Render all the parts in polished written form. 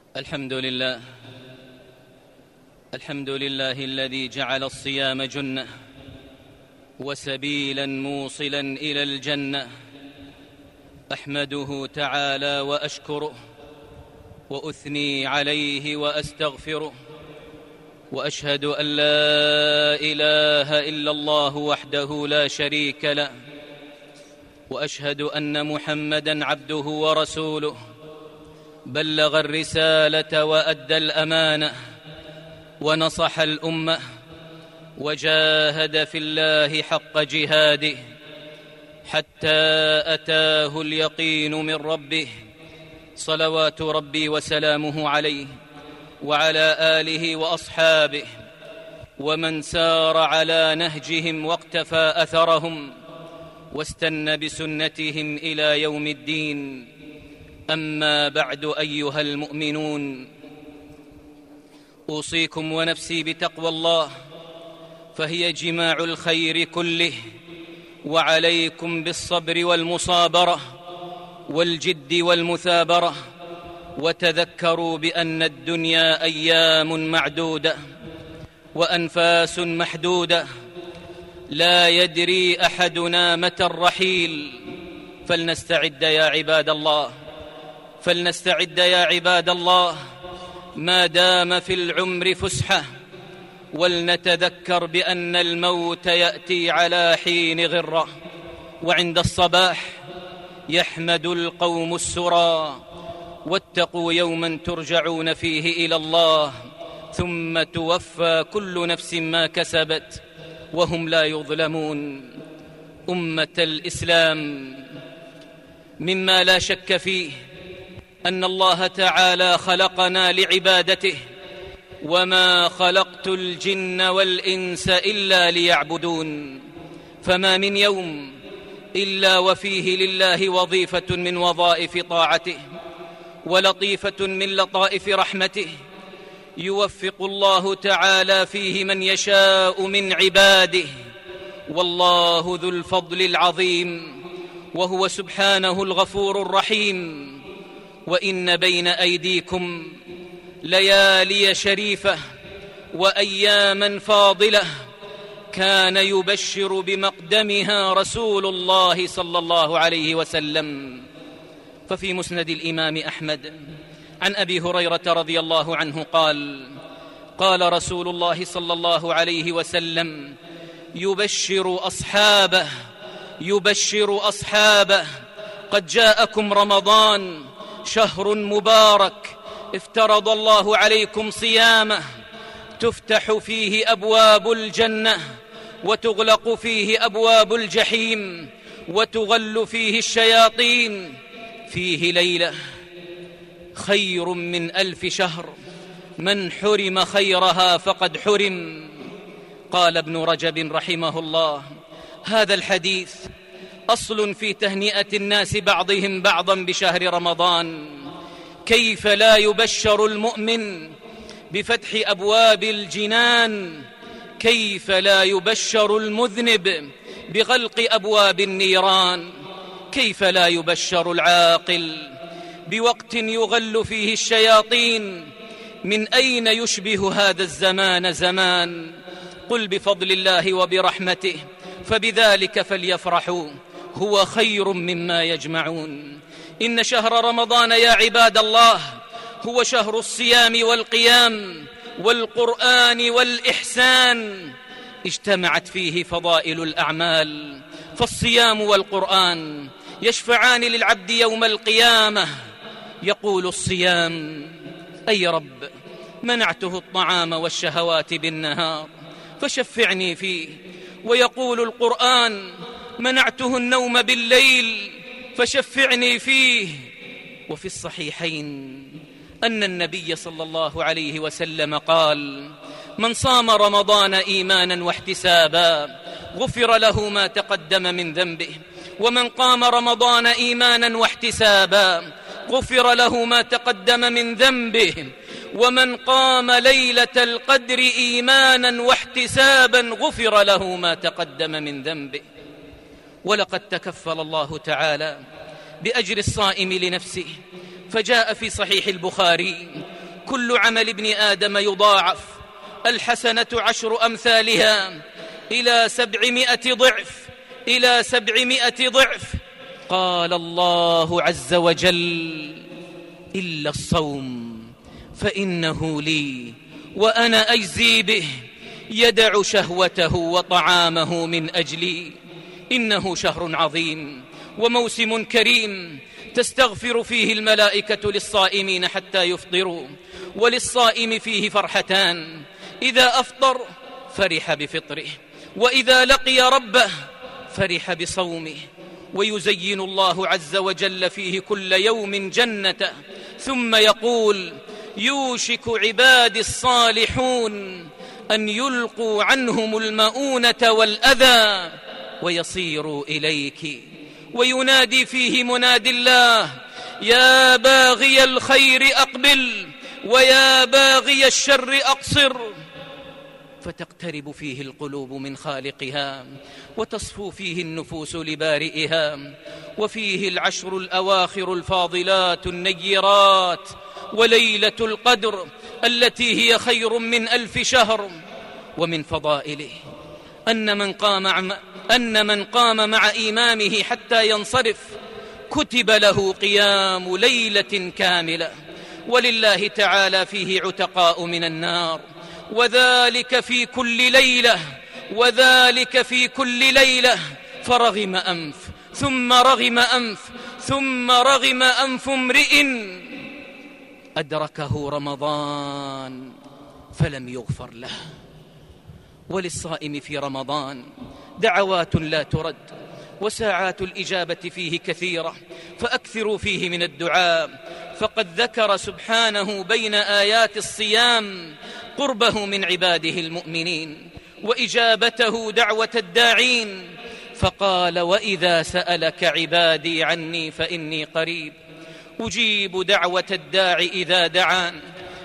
الحمد لله الذي جعل الصيام جنة وسبيلا موصلا إلى الجنة. أحمده تعالى وأشكره وأثني عليه وأستغفره، وأشهد أن لا إله إلا الله وحده لا شريك له، وأشهد أن محمدًا عبده ورسوله، بلغ الرسالة وأدى الأمانة ونصح الأمة وجاهد في الله حق جهاده حتى أتاه اليقين من ربه، صلوات ربي وسلامه عليه وعلى آله وأصحابه ومن سار على نهجهم واقتفى أثرهم واستنى بسنتهم إلى يوم الدين. أما بعد، أيها المؤمنون، أوصيكم ونفسي بتقوى الله، فهي جماع الخير كله، وعليكم بالصبر والمصابرة والجد والمثابرة، وتذكروا بأن الدنيا أيام معدودة وأنفاس محدودة، لا يدري أحدنا متى الرحيل. فلنستعد يا عباد الله ما دام في العمر فسحة، ولنتذكر بأن الموت يأتي على حين غرة، وعند الصباح يحمد القوم السرى. واتقوا يوما ترجعون فيه إلى الله ثم توفى كل نفس ما كسبت وهم لا يظلمون. أمة الإسلام، مما لا شك فيه أن الله تعالى خلقنا لعبادته، وما خلقت الجن والإنس إلا ليعبدون. فما من يوم إلا وفيه لله وظيفة من وظائف طاعته ولطيفة من لطائف رحمته، يوفق الله تعالى فيه من يشاء من عباده، والله ذو الفضل العظيم، وهو سبحانه الغفور الرحيم. وإن بين أيديكم ليالي شريفة وأياما فاضلة كان يبشر بمقدمها رسول الله صلى الله عليه وسلم. ففي مسند الإمام أحمد عن أبي هريرة رضي الله عنه قال: قال رسول الله صلى الله عليه وسلم: يبشر أصحابه قد جاءكم رمضان، شهر مبارك افترض الله عليكم صيامه، تفتح فيه أبواب الجنة وتغلق فيه أبواب الجحيم وتغل فيه الشياطين، فيه ليلة خير من 1000 شهر، من حرم خيرها فقد حرم. قال ابن رجب رحمه الله: هذا الحديث أصل في تهنئة الناس بعضهم بعضا بشهر رمضان. كيف لا يبشر المؤمن بفتح أبواب الجنان؟ كيف لا يبشر المذنب بغلق أبواب النيران؟ كيف لا يبشر العاقل بوقت يغل فيه الشياطين؟ من أين يشبه هذا الزمان زمان؟ قل بفضل الله وبرحمته فبذلك فليفرحوا هو خير مما يجمعون. إن شهر رمضان يا عباد الله هو شهر الصيام والقيام والقرآن والإحسان، اجتمعت فيه فضائل الأعمال، فالصيام والقرآن يشفعان للعبد يوم القيامة. يقول الصيام: أي رب، منعته الطعام والشهوات بالنهار فشفعني فيه. ويقول القرآن: منعته النوم بالليل فشفعني فيه. وفي الصحيحين أن النبي صلى الله عليه وسلم قال: من صام رمضان إيمانا واحتسابا غفر له ما تقدم من ذنبه، ومن قام رمضان إيمانا واحتسابا غفر له ما تقدم من ذنبه، ومن قام ليلة القدر إيمانا واحتسابا غفر له ما تقدم من ذنبه. ولقد تكفل الله تعالى بأجر الصائم لنفسه، فجاء في صحيح البخاري كل عمل ابن آدم يضاعف، الحسنة 10 أمثالها إلى 700 ضعف، إلى 700 ضعف. قال الله عز وجل: إلا الصوم فإنه لي وأنا أجزي به، يدع شهوته وطعامه من أجلي. إنه شهر عظيم وموسم كريم تستغفر فيه الملائكة للصائمين حتى يفطروا، وللصائم فيه فرحتان: إذا أفطر فرح بفطره، وإذا لقي ربه فرح بصومه. ويزين الله عز وجل فيه كل يوم جنته، ثم يقول: يوشك عبادي الصالحون أن يلقوا عنهم المؤونة والأذى ويصيروا إليك. وينادي فيه مناد الله: يا باغي الخير أقبل ويا باغي الشر أقصر. فتقترب فيه القلوب من خالقها، وتصفو فيه النفوس لبارئها. وفيه العشر الأواخر الفاضلات النيرات، وليلة القدر التي هي خير من 1000 شهر. ومن فضائله أن من قام مع إمامه حتى ينصرف كتب له قيام ليلة كاملة. ولله تعالى فيه عتقاء من النار، وذلك في كل ليلة، وذلك في كل ليلة. فرغم أنف ثم رغم أنف ثم رغم أنف امرئ أدركه رمضان فلم يغفر له. وللصائم في رمضان دعوات لا ترد، وساعات الإجابة فيه كثيرة، فأكثروا فيه من الدعاء. فقد ذكر سبحانه بين آيات الصيام قربه من عباده المؤمنين، وإجابته دعوة الداعين، فقال: وإذا سألك عبادي عني فإني قريب أجيب دعوة الداع إذا دعان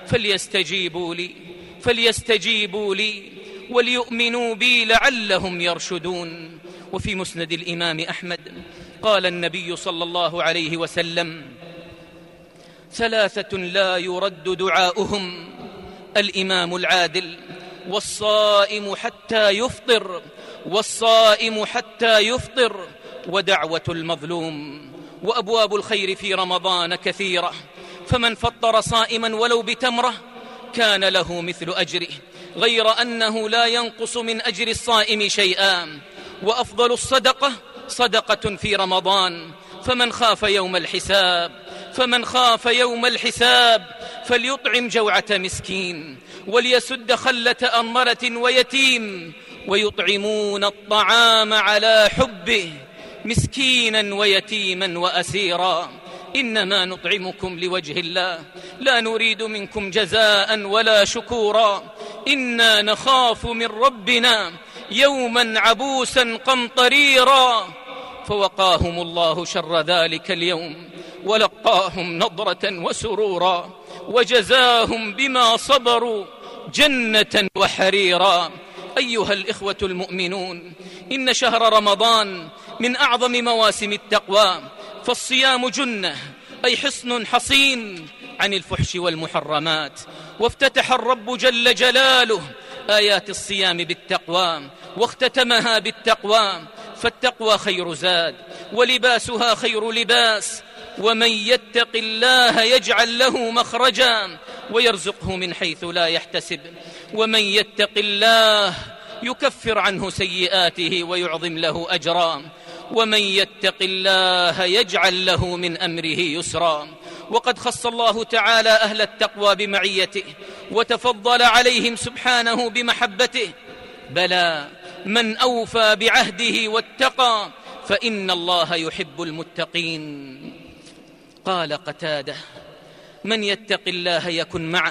فليستجيبوا لي وليؤمنوا بي لعلهم يرشدون. وفي مسند الإمام أحمد قال النبي صلى الله عليه وسلم: 3 لا يرد دعاؤهم: الإمام العادل، والصائم حتى يفطر، ودعوة المظلوم. وأبواب الخير في رمضان كثيرة، فمن فطر صائما ولو بتمرة كان له مثل أجره، غير أنه لا ينقص من أجر الصائم شيئا. وأفضل الصدقة صدقة في رمضان. فمن خاف يوم الحساب فليطعم جوعة مسكين، وليسد خلة أرملة ويتيم، ويطعمون الطعام على حبه مسكينا ويتيما وأسيرا. إنما نطعمكم لوجه الله لا نريد منكم جزاء ولا شكورا، إنا نخاف من ربنا يوما عبوسا قمطريرا. فوقاهم الله شر ذلك اليوم، ولقاهم نضرة وسرورا، وجزاهم بما صبروا جنة وحريرا. أيها الإخوة المؤمنون، إن شهر رمضان من أعظم مواسم التقوى، فالصيام جنة، أي حصن حصين عن الفحش والمحرمات. وافتتح الرب جل جلاله آيات الصيام بالتقوى، واختتمها بالتقوى، فالتقوى خير زاد، ولباسها خير لباس. ومن يتق الله يجعل له مخرجا ويرزقه من حيث لا يحتسب، ومن يتق الله يكفر عنه سيئاته ويعظم له أجرا، ومن يتق الله يجعل له من أمره يسرا. وقد خص الله تعالى أهل التقوى بمعيته، وتفضل عليهم سبحانه بمحبته. بلى من أوفى بعهده واتقى فإن الله يحب المتقين. قال قتادة: من يتق الله يكن معه،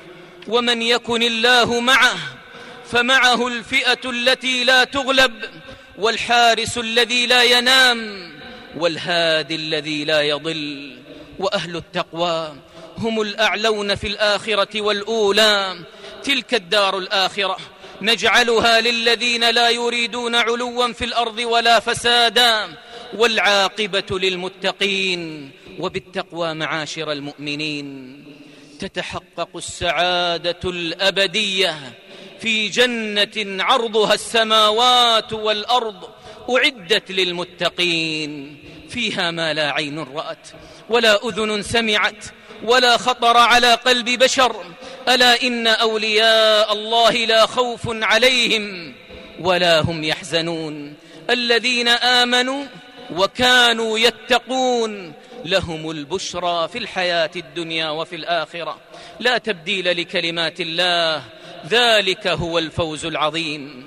ومن يكن الله معه فمعه الفئة التي لا تغلب، والحارس الذي لا ينام، والهادي الذي لا يضل. وأهل التقوى هم الأعلون في الآخرة والأولى. تلك الدار الآخرة نجعلها للذين لا يريدون علوا في الأرض ولا فسادا، والعاقبة للمتقين. وبالتقوى معاشر المؤمنين تتحقق السعادة الأبدية في جنة عرضها السماوات والأرض أعدت للمتقين، فيها ما لا عين رأت ولا أذن سمعت ولا خطر على قلب بشر. ألا إن أولياء الله لا خوف عليهم ولا هم يحزنون، الذين آمنوا وكانوا يتقون لهم البشرى في الحياة الدنيا وفي الآخرة، لا تبديل لكلمات الله، ذلك هو الفوز العظيم.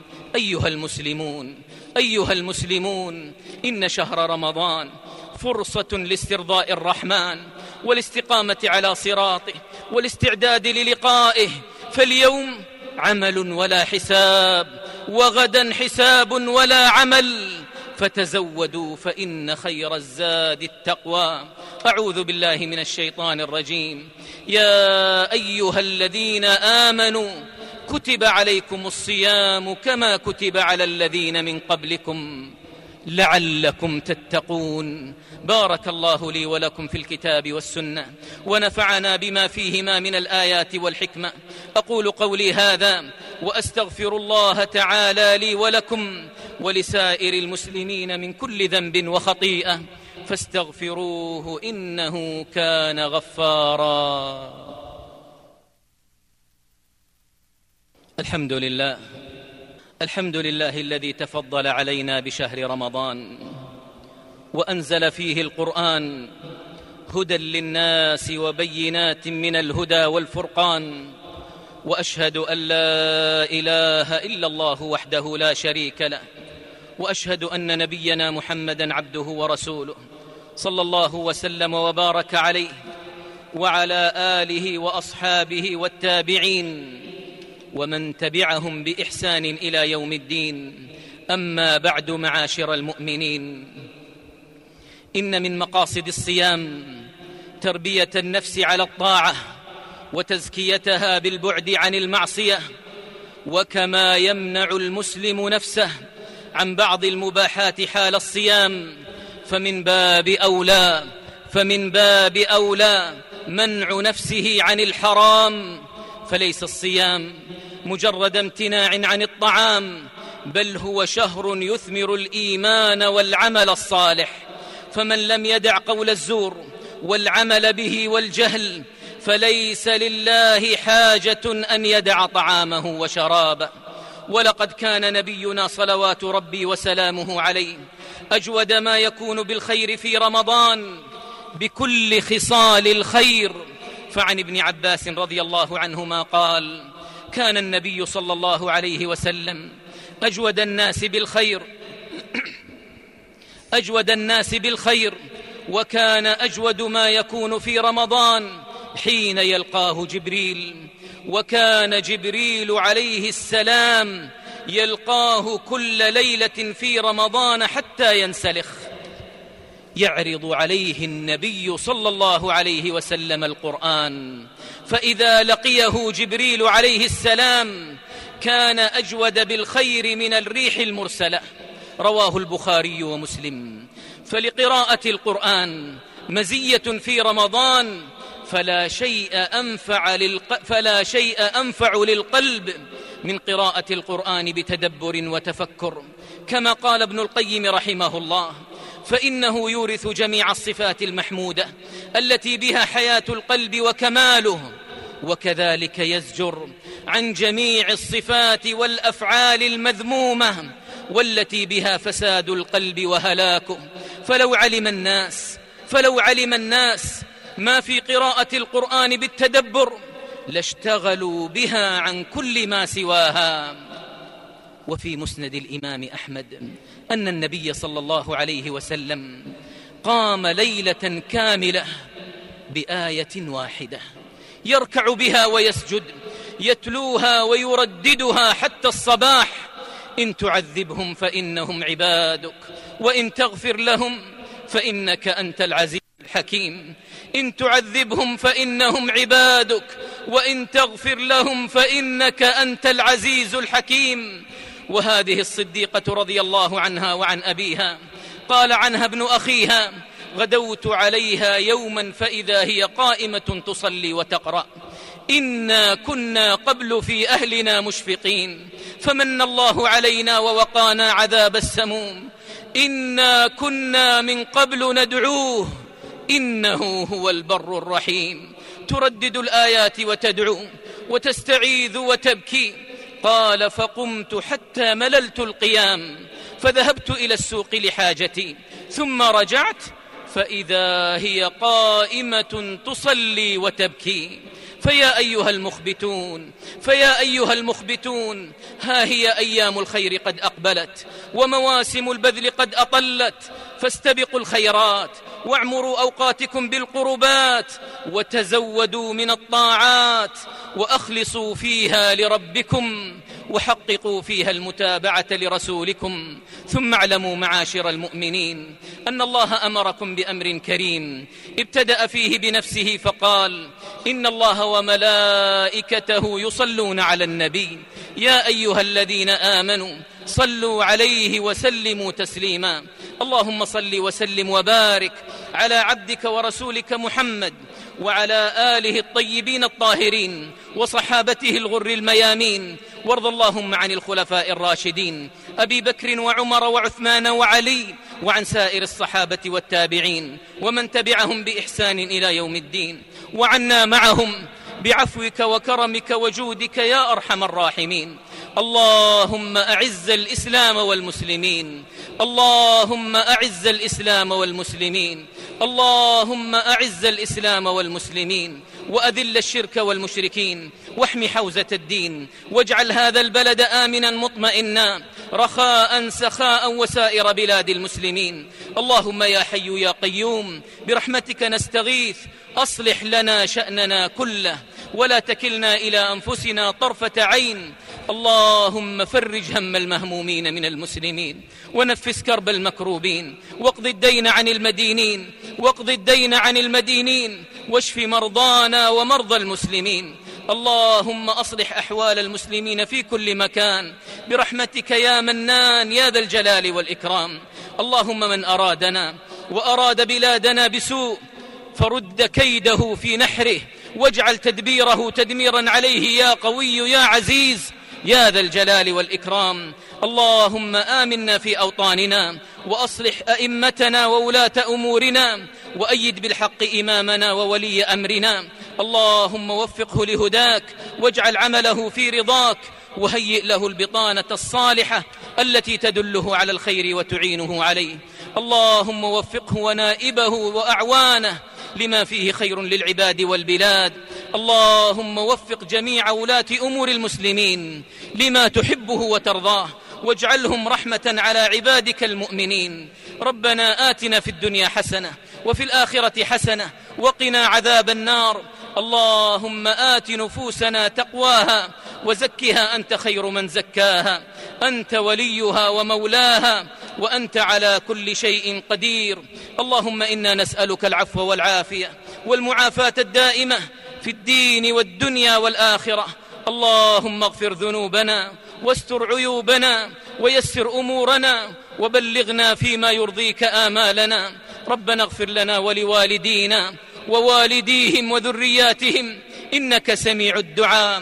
أيها المسلمون، إن شهر رمضان فرصة لاسترضاء الرحمن والاستقامة على صراطه والاستعداد للقائه، فاليوم عمل ولا حساب، وغدا حساب ولا عمل، فتزودوا فإن خير الزاد التقوى. أعوذ بالله من الشيطان الرجيم. يا أيها الذين آمنوا كتب عليكم الصيام كما كتب على الذين من قبلكم لعلكم تتقون. بارك الله لي ولكم في الكتاب والسنة، ونفعنا بما فيهما من الآيات والحكمة. أقول قولي هذا وأستغفر الله تعالى لي ولكم ولسائر المسلمين من كل ذنب وخطيئة، فاستغفروه إنه كان غفارا. الحمد لله الذي تفضل علينا بشهر رمضان وأنزل فيه القرآن هدى للناس وبينات من الهدى والفرقان، وأشهد أن لا إله إلا الله وحده لا شريك له، وأشهد أن نبينا محمدًا عبده ورسوله، صلى الله وسلم وبارك عليه وعلى آله وأصحابه والتابعين ومن تبعهم بإحسان إلى يوم الدين. أما بعد، معاشر المؤمنين، إن من مقاصد الصيام تربية النفس على الطاعة وتزكيتها بالبعد عن المعصية، وكما يمنع المسلم نفسه عن بعض المباحات حال الصيام، فمن باب أولى منع نفسه عن الحرام. فليس الصيام مجرد امتناع عن الطعام، بل هو شهر يثمر الإيمان والعمل الصالح. فمن لم يدع قول الزور والعمل به والجهل، فليس لله حاجة أن يدع طعامه وشرابه. ولقد كان نبينا صلوات ربي وسلامه عليه أجود ما يكون بالخير في رمضان بكل خصال الخير. فعن ابن عباس رضي الله عنهما قال: كان النبي صلى الله عليه وسلم أجود الناس بالخير، وكان أجود ما يكون في رمضان حين يلقاه جبريل، وكان جبريل عليه السلام يلقاه كل ليلة في رمضان حتى ينسلخ، يعرض عليه النبي صلى الله عليه وسلم القرآن، فإذا لقيه جبريل عليه السلام كان أجود بالخير من الريح المرسلة. رواه البخاري ومسلم. فلقراءة القرآن مزية في رمضان، فلا شيء أنفع للقلب من قراءة القرآن بتدبر وتفكر. كما قال ابن القيم رحمه الله: فإنه يورث جميع الصفات المحمودة التي بها حياة القلب وكماله، وكذلك يزجر عن جميع الصفات والأفعال المذمومة والتي بها فساد القلب وهلاكه. فلو علم الناس ما في قراءة القرآن بالتدبر لاشتغلوا بها عن كل ما سواها. وفي مسند الإمام أحمد أن النبي صلى الله عليه وسلم قام ليلة كاملة بآية واحدة يركع بها ويسجد، يتلوها ويرددها حتى الصباح: إن تعذبهم فإنهم عبادك، وإن تغفر لهم فإنك أنت العزيز الحكيم. إن تعذبهم فإنهم عبادك، وإن تغفر لهم فإنك أنت العزيز الحكيم. وهذه الصديقة رضي الله عنها وعن أبيها قال عنها ابن أخيها: غدوت عليها يوما فإذا هي قائمة تصلي وتقرأ: إنا كنا قبل في أهلنا مشفقين فمن الله علينا ووقانا عذاب السموم، إنا كنا من قبل ندعوه إنه هو البر الرحيم. تردد الآيات وتدعو وتستعيذ وتبكي. قال: فقمت حتى مللت القيام فذهبت إلى السوق لحاجتي ثم رجعت فإذا هي قائمة تصلي وتبكي. فيا أيها المخبتون ها هي أيام الخير قد أقبلت ومواسم البذل قد أطلت، فاستبقوا الخيرات واعمروا أوقاتكم بالقربات وتزودوا من الطاعات وأخلصوا فيها لربكم وحققوا فيها المتابعة لرسولكم. ثم اعلموا معاشر المؤمنين أن الله أمركم بأمر كريم ابتدأ فيه بنفسه فقال: إن الله وملائكته يصلون على النبي يا أيها الذين آمنوا صلوا عليه وسلموا تسليما. اللهم صل وسلم وبارك على عبدك ورسولك محمد وعلى آله الطيبين الطاهرين وصحابته الغر الميامين، وارض اللهم عن الخلفاء الراشدين أبي بكر وعمر وعثمان وعلي، وعن سائر الصحابة والتابعين ومن تبعهم بإحسان إلى يوم الدين، وعنا معهم بعفوك وكرمك وجودك يا أرحم الراحمين. اللهم أعز الإسلام والمسلمين، اللهم أعز الإسلام والمسلمين، اللهم أعز الإسلام والمسلمين، وأذل الشرك والمشركين، واحم حوزة الدين، واجعل هذا البلد آمنا مطمئنا رخاء سخاء وسائر بلاد المسلمين. اللهم يا حي يا قيوم برحمتك نستغيث، أصلح لنا شأننا كله ولا تكلنا إلى أنفسنا طرفة عين. اللهم فرج هم المهمومين من المسلمين ونفس كرب المكروبين، واقض الدين عن المدينين، واشف مرضانا ومرضى المسلمين. اللهم أصلح أحوال المسلمين في كل مكان برحمتك يا منان يا ذا الجلال والإكرام. اللهم من أرادنا وأراد بلادنا بسوء فرد كيده في نحره واجعل تدبيره تدميرا عليه يا قوي يا عزيز يا ذا الجلال والإكرام. اللهم آمنا في أوطاننا وأصلح أئمتنا وولاة أمورنا وأيد بالحق إمامنا وولي أمرنا. اللهم وفقه لهداك واجعل عمله في رضاك، وهيئ له البطانة الصالحة التي تدله على الخير وتعينه عليه. اللهم وفقه ونائبه وأعوانه لما فيه خير للعباد والبلاد. اللهم وفق جميع ولاة أمور المسلمين لما تحبه وترضاه، واجعلهم رحمة على عبادك المؤمنين. ربنا آتنا في الدنيا حسنة وفي الآخرة حسنة وقنا عذاب النار. اللهم آت نفوسنا تقواها وزكها أنت خير من زكاها، أنت وليها ومولاها وأنت على كل شيء قدير. اللهم إنا نسألك العفو والعافية والمعافاة الدائمة في الدين والدنيا والآخرة. اللهم اغفر ذنوبنا واستر عيوبنا ويسر أمورنا وبلغنا فيما يرضيك آمالنا. ربنا اغفر لنا ولوالدينا ووالديهم وذرياتهم إنك سميع الدعاء.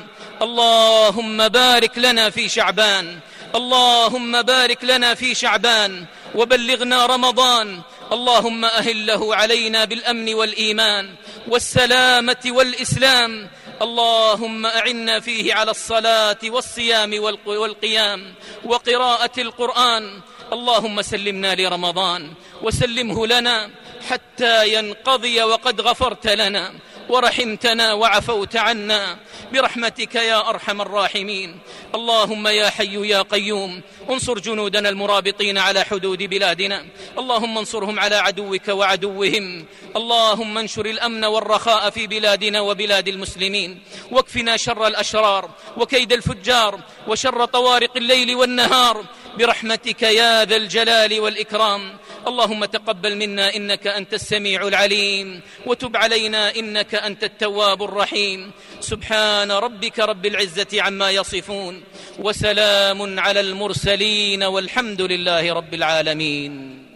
اللهم بارك لنا في شعبان، اللهم بارك لنا في شعبان وبلغنا رمضان. اللهم أهله علينا بالأمن والإيمان والسلامة والإسلام. اللهم أعنا فيه على الصلاة والصيام والقيام وقراءة القرآن. اللهم سلمنا لرمضان وسلمه لنا حتى ينقضي وقد غفرت لنا ورحمتنا وعفوت عنا برحمتك يا أرحم الراحمين. اللهم يا حي يا قيوم انصر جنودنا المرابطين على حدود بلادنا، اللهم انصرهم على عدوك وعدوهم. اللهم انشر الأمن والرخاء في بلادنا وبلاد المسلمين، واكفنا شر الأشرار وكيد الفجار وشر طوارق الليل والنهار برحمتك يا ذا الجلال والإكرام. اللهم تقبل منا إنك أنت السميع العليم، وتب علينا إنك أنت التواب الرحيم. سبحان ربك رب العزة عما يصفون، وسلام على المرسلين، والحمد لله رب العالمين.